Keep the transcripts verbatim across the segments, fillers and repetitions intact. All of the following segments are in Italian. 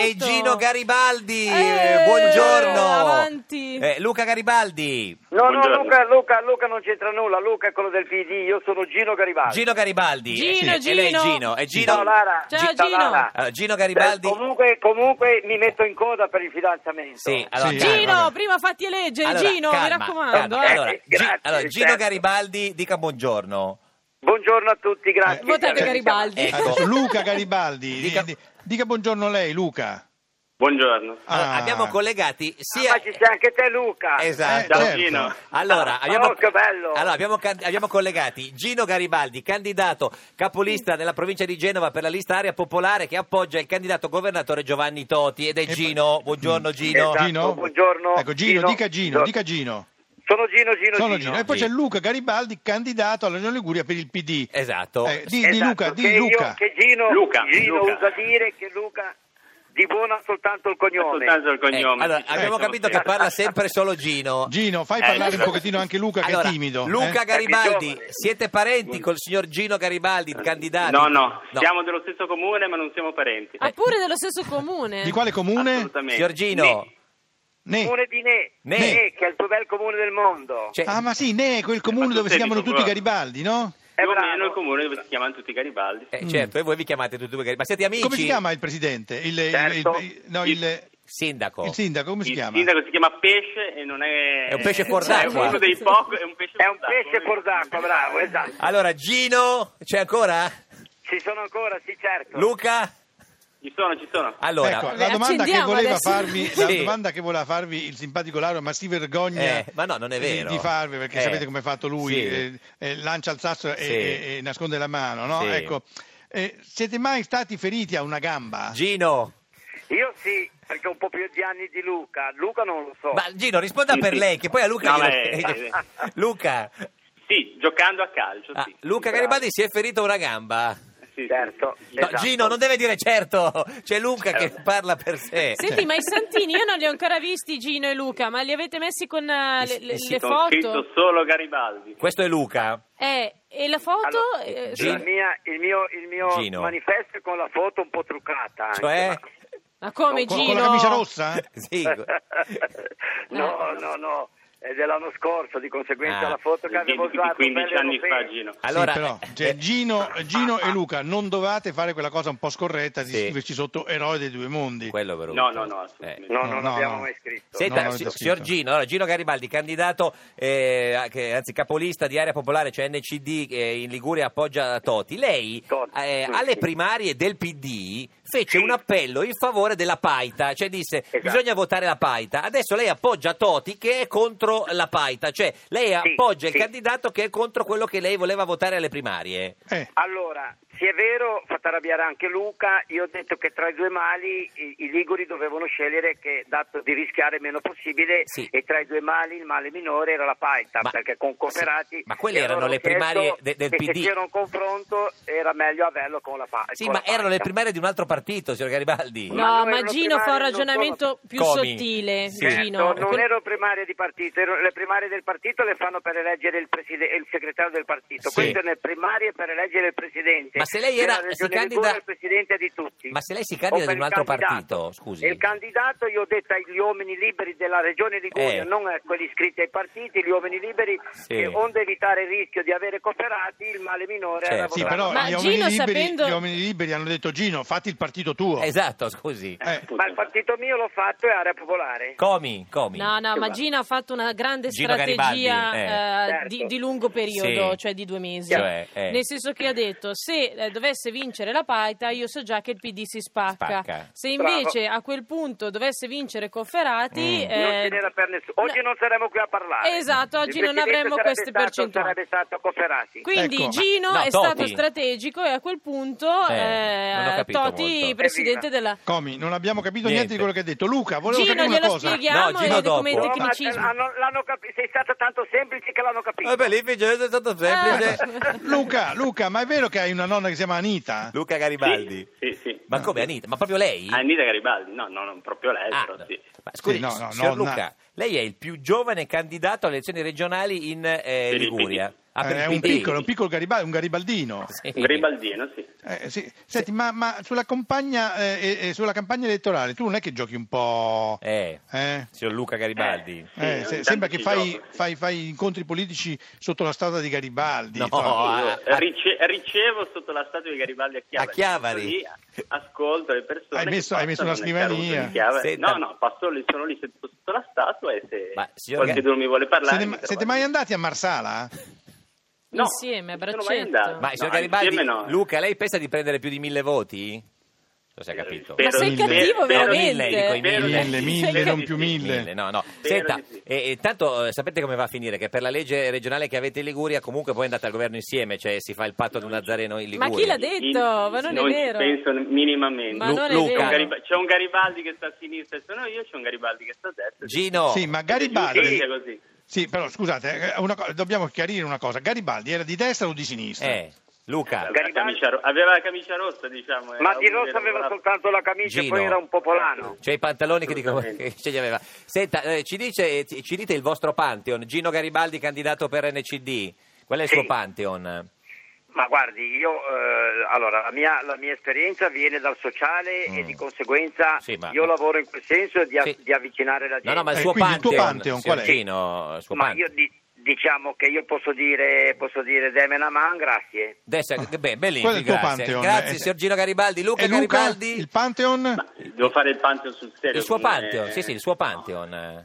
e Gino Garibaldi. Eh, Buongiorno. Avanti. Eh, Luca Garibaldi. No, no, Buongiorno. Luca, Luca, Luca non c'entra nulla, Luca è quello del P D, io sono Gino Garibaldi. Gino Garibaldi. Gino, Eh, sì, E lei è Gino. Gino. È Gino. Ciao Lara. Ciao, Ciao, Gino. Lara. Allora, Gino Garibaldi. Eh, comunque, comunque mi metto in coda per il fidanzamento. Sì, allora, Sì. calma. Gino, prima fatti eleggere, Allora, Gino, calma, mi raccomando. calma. eh. Allora, Eh, Gi- grazie, allora, Gino certo. Garibaldi, dica buongiorno. Buongiorno a tutti, grazie. Votate Eh, Garibaldi. Ecco. Adesso Luca Garibaldi, Dica- dica, dica buongiorno lei, Luca. Buongiorno. Allora, Ah. abbiamo collegati Ah, sia... ma ci sei anche te, Luca. Esatto. Eh, Ciao certo. Gino. Allora, abbiamo, Oh, che bello. allora, abbiamo, can- abbiamo collegati Gino Garibaldi, candidato capolista nella provincia di Genova per la lista Area Popolare, che appoggia il candidato governatore Giovanni Toti, ed è Gino. Buongiorno Gino. Esatto, Gino? buongiorno. Ecco, Gino, Gino. dica Gino, dica Gino. Sono Gino, Gino, Sono Gino. Gino. E poi Sì. c'è Luca Garibaldi, candidato alla Regione Liguria per il P D. Esatto. Eh, di, di Esatto, Luca, che di io- Luca. che Gino, Luca, Gino Luca. usa dire che Luca di buono ha soltanto il cognome. Soltanto il Eh, cognome. allora, Sì, sì, abbiamo siamo capito sì. che parla sempre solo Gino. Gino, fai Eh, parlare un esatto. pochettino anche Luca, che Allora, è timido. Luca eh? Garibaldi, È più giovane. siete parenti col signor Gino Garibaldi, candidato? No, no, siamo dello stesso comune ma non siamo parenti. Ah, pure dello stesso comune. Di quale comune? Assolutamente. Signor Gino. Ne. Comune di Ne, Ne. Ne, che è il più bel comune del mondo. Cioè, Ah, ma sì, Ne è quel comune Ma dove si tu sei chiamano di tutti Popolare. Garibaldi, no? È Più o bravo. meno il comune dove si chiamano tutti Garibaldi. eh, certo, e voi vi chiamate tutti due Garibaldi. Ma siete amici? Come si chiama il presidente? Il, il- Certo. il- no, il, Sindaco. il sindaco, come si Il chiama? sindaco si chiama Pesce e non è... È un pesce fuor d'acqua. È uno dei pochi, è un pesce È un fuor d'acqua. pesce fuor d'acqua, bravo, esatto. Allora, Gino, c'è ancora? Ci sono ancora, sì, certo. Luca? Ci sono, ci sono. Allora, Ecco, Vabbè, la domanda che accendiamo voleva adesso. farvi, Sì. la domanda che voleva farvi il simpatico Lauro, ma si vergogna Eh, ma no, non è di- vero. di farvi, perché Eh, sapete come è fatto lui, sì. eh, eh, lancia il sasso e, Sì. e- e nasconde la mano, no? Sì. Ecco, eh, siete mai stati feriti a una gamba? Gino. Io sì, perché ho un po' più di anni di Luca. Luca non lo so. Ma Gino, risponda Sì, per sì. lei, che poi a Luca... No, glielo- ma è- Luca. Sì, giocando a calcio, Ah, sì. Luca Garibaldi si è ferito una gamba. Sì, sì. Certo. No, esatto. Gino, non deve dire certo, c'è Luca che parla per sé. Senti, ma i santini io non li ho ancora visti, Gino e Luca, ma li avete messi con eh, le, le- Sì, le Sono scritto foto? solo Garibaldi. Questo è Luca. Eh, e la foto? Allora, Eh, Gino. la mia- il mio, il mio Gino. manifesto è con la foto un po' truccata. anche, Cioè? ma- Ma come, Con, Gino? con la camicia rossa? Sì. no, no, no, è dell'anno scorso, di conseguenza Ah. la foto che Di, avevo di usato quindici belle anni europee. fa, Gino. Allora, Sì, però, cioè, Gino, Gino e Luca, non dovete fare quella cosa un po' scorretta di Sì. scriverci sotto eroe dei due mondi. quello brutto. No, no, no, assolutamente. No, No, non no, abbiamo no. mai scritto. Senta, No, non si- avete signor scritto. Gino, allora, Gino Garibaldi, candidato, eh, che- anzi capolista di Area Popolare, cioè N C D, eh, in Liguria appoggia Toti. Lei, Toti, eh, sì, alle sì. primarie del P D, fece Sì. un appello in favore della Paita, cioè disse Esatto. bisogna votare la Paita. Adesso lei appoggia Toti che è contro la Paita, cioè lei Sì, appoggia il sì. candidato che è contro quello che lei voleva votare alle primarie. Eh, Allora, sì è vero, fate arrabbiare anche Luca, io ho detto che tra i due mali i, i liguri dovevano scegliere che, dato di rischiare il meno possibile, Sì. e tra i due mali il male minore era la Paita, Ma- perché con Cooperati... sì, ma quelle e erano loro le hanno chiesto primarie de- del che P D. se c'era un confronto era meglio averlo con la Paita. Sì, ma erano le primarie di un altro partito, signor Garibaldi. No, Ma non ma erano Gino fa un primarie, non ragionamento sono- più Comi. sottile, Sì. Gino. non Quel- ero primarie di partito, ero- le primarie del partito le fanno per eleggere il, preside- il segretario del partito, Sì. queste sono le primarie per eleggere il presidente. Ma se lei Della era- si Regione candida- Liguria, il presidente di tutti. Ma se lei si O candida per di un il altro candidato. partito, scusi. E il candidato, io ho detto agli uomini liberi della Regione Liguria, Eh. non a quelli iscritti ai partiti, gli uomini liberi, Sì. che onde evitare il rischio di avere cooperati, il male minore era Certo. sì, votare. però Ma gli uomini, Gino, liberi, sapendo- gli uomini liberi hanno detto Gino, fatti il partito tuo. Esatto, scusi. Eh, Ma il partito mio l'ho fatto, è Area Popolare. Comi, comi. No, no, ma Gino ha fatto una grande Gino strategia Garibaldi, eh. eh, Certo. di, di lungo periodo, Sì. cioè di due mesi. Cioè, eh. Nel senso che ha detto, se eh, dovesse vincere la Paita, io so già che il P D si spacca. Spacca. Se invece a quel punto dovesse vincere Cofferati... Mm. Non eh, ce n'era per nessuno. Oggi no. non saremmo qui a parlare. Esatto, oggi Il non presidente avremmo sarebbe queste stato- percentuali. Sarebbe stato Cooperati. Quindi Ecco. Gino No, è Toti. stato strategico e a quel punto Eh, eh, non ho capito Toti molto. presidente Evviva. della... Comi, non abbiamo capito Niente. niente di quello che ha detto. Luca, volevo Gino, sapere una glielo cosa. spieghiamo No, e Gino nei dopo. documenti Oh, ma tecnicismi. hanno- l'hanno capi- sei stato tanto semplice che l'hanno capito. Vabbè, lì invece è stato semplice. Ah. Luca, Luca, ma è vero che hai una nonna che si chiama Anita? Luca Garibaldi. Sì, sì. Ma come Anita? Ma proprio lei? Anita Garibaldi, no, no, non proprio lei, Ah, però sì. ma scusi, Sì, no, no, signor nonna. Luca, Lei è il più giovane candidato alle elezioni regionali in eh, Liguria. Ah, per Eh, il è un P D. piccolo, un piccolo Garibaldi, un garibaldino. Sì. Garibaldino, sì. Eh, sì. Senti, ma, ma sulla campagna eh, eh, sulla campagna elettorale tu non è che giochi un po'? Eh, Eh? signor Luca Garibaldi. Eh, Eh, ogni se- tanto sembra che ci fai, gioco, sì. fai, fai incontri politici sotto la strada di Garibaldi. No. insomma. Oh, Io ah, rice- ricevo sotto la statua di Garibaldi a Chiavari. A Chiavari? Lì, ascolto le persone. Hai che messo- hai messo passano una nel caruso scrivania? di Chiavari. Senta- No, no, passo lì, sono lì seduto sotto la statua e se Ma, signor qualcuno mi vuole parlare. Siete, mi ma- trova siete lì. mai andati a Marsala? No, Insieme, a non sono mai braccetto. andato. Ma signor No, Garibaldi, insieme no. Luca, lei pensa di prendere più di mille voti? Non si è capito. Spero- Ma sei Mille. cattivo, spero- veramente? Mille, dico, i Spero di mille. Mille, sì. mille, Spero non di più sì. mille. Mille, no, no. Spero Senta, di sì. e, e tanto eh, sapete come va a finire? Che per la legge regionale che avete in Liguria comunque poi andate al governo insieme, cioè si fa il patto di un Nazareno in Liguria. Ma chi l'ha detto? In- Ma non è ci vero. penso minimamente. Ma Lu- non è Luca. C'è un vero. Gariba- c'è un Garibaldi che sta a sinistra e sono io, c'è un Garibaldi che sta a destra. Gino, Sì, ma Ed è Garibaldi... giusto che sia così. Sì, però scusate, eh, una co- dobbiamo chiarire una cosa. Garibaldi era di destra o di sinistra? eh, Luca, Aveva, Garibaldi- la camicia, ro- aveva la camicia rossa, diciamo. Ma era di uno rosso che aveva lavorava- soltanto la camicia e Gino. poi era un popolano. c'è i pantaloni che, dico, Assolutamente. che ce li aveva. Senta, eh, ci, dice, ci ci dite il vostro Pantheon, Gino Garibaldi candidato per N C D, qual è il Sì. suo Pantheon? Ma guardi, io eh, allora la mia, la mia esperienza viene dal sociale Mm. e di conseguenza Sì, ma- io lavoro in quel senso di, a- Sì. di avvicinare la gente. No, no, ma il Eh, suo quindi il tuo Pantheon, Pantheon signor qual è? Gino, il suo Ma Pantheon. io di- diciamo che io posso dire posso dire Demen Aman, grazie. Adesso, beh, bellissimo, Qual è il tuo grazie. Pantheon? Grazie, Eh, signor Gino Garibaldi. Luca E Luca, Garibaldi? il Pantheon? Ma devo fare il Pantheon sul serio. Il suo come- Pantheon, sì, sì, il suo Pantheon.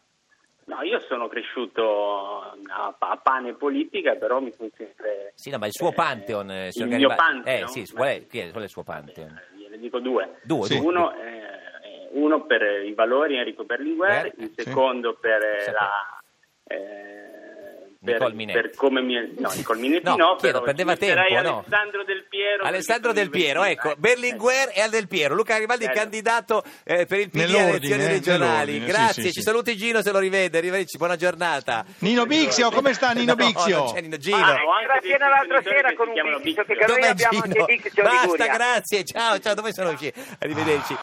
No, io sono cresciuto a, a pane politica, però mi sono sempre... Sì, no, ma il suo eh, Pantheon, eh, signor il mio Garibaldi. Pantheon? Eh, sì, qual è, chi è- qual è il suo Pantheon? Eh, Gliene dico due. Due, Sì. due. Uno, eh, uno per i valori Enrico Berlinguer, Eh, il sì. secondo per eh, Sì. la... eh, per, Nicole Minetti. per come mi... No, Nicole Minetti No, no, chiedo, però prendeva ci metterei tempo, no? Alessandro Del Piero. Alessandro perché Del Piero, sono ecco, vicino, eh. Berlinguer e Al Del Piero. Luca Garibaldi, Bello. candidato eh, per il P D alle Nell'ordine, elezioni eh, regionali. nell'ordine, Grazie, sì, sì, ci sì. saluti Gino se lo rivede. Arrivederci, buona giornata. Nino Bixio, come sta Nino No, Bixio? non c'è Nino Gino. Ah, ho anche Era dei piena l'altra genitori sera che con si un chiamano Bixio, Bixio. che noi Dov'è abbiamo Gino? anche Bixio Basta, Liguria. grazie. Ciao, ciao, dove sono usciti? Arrivederci.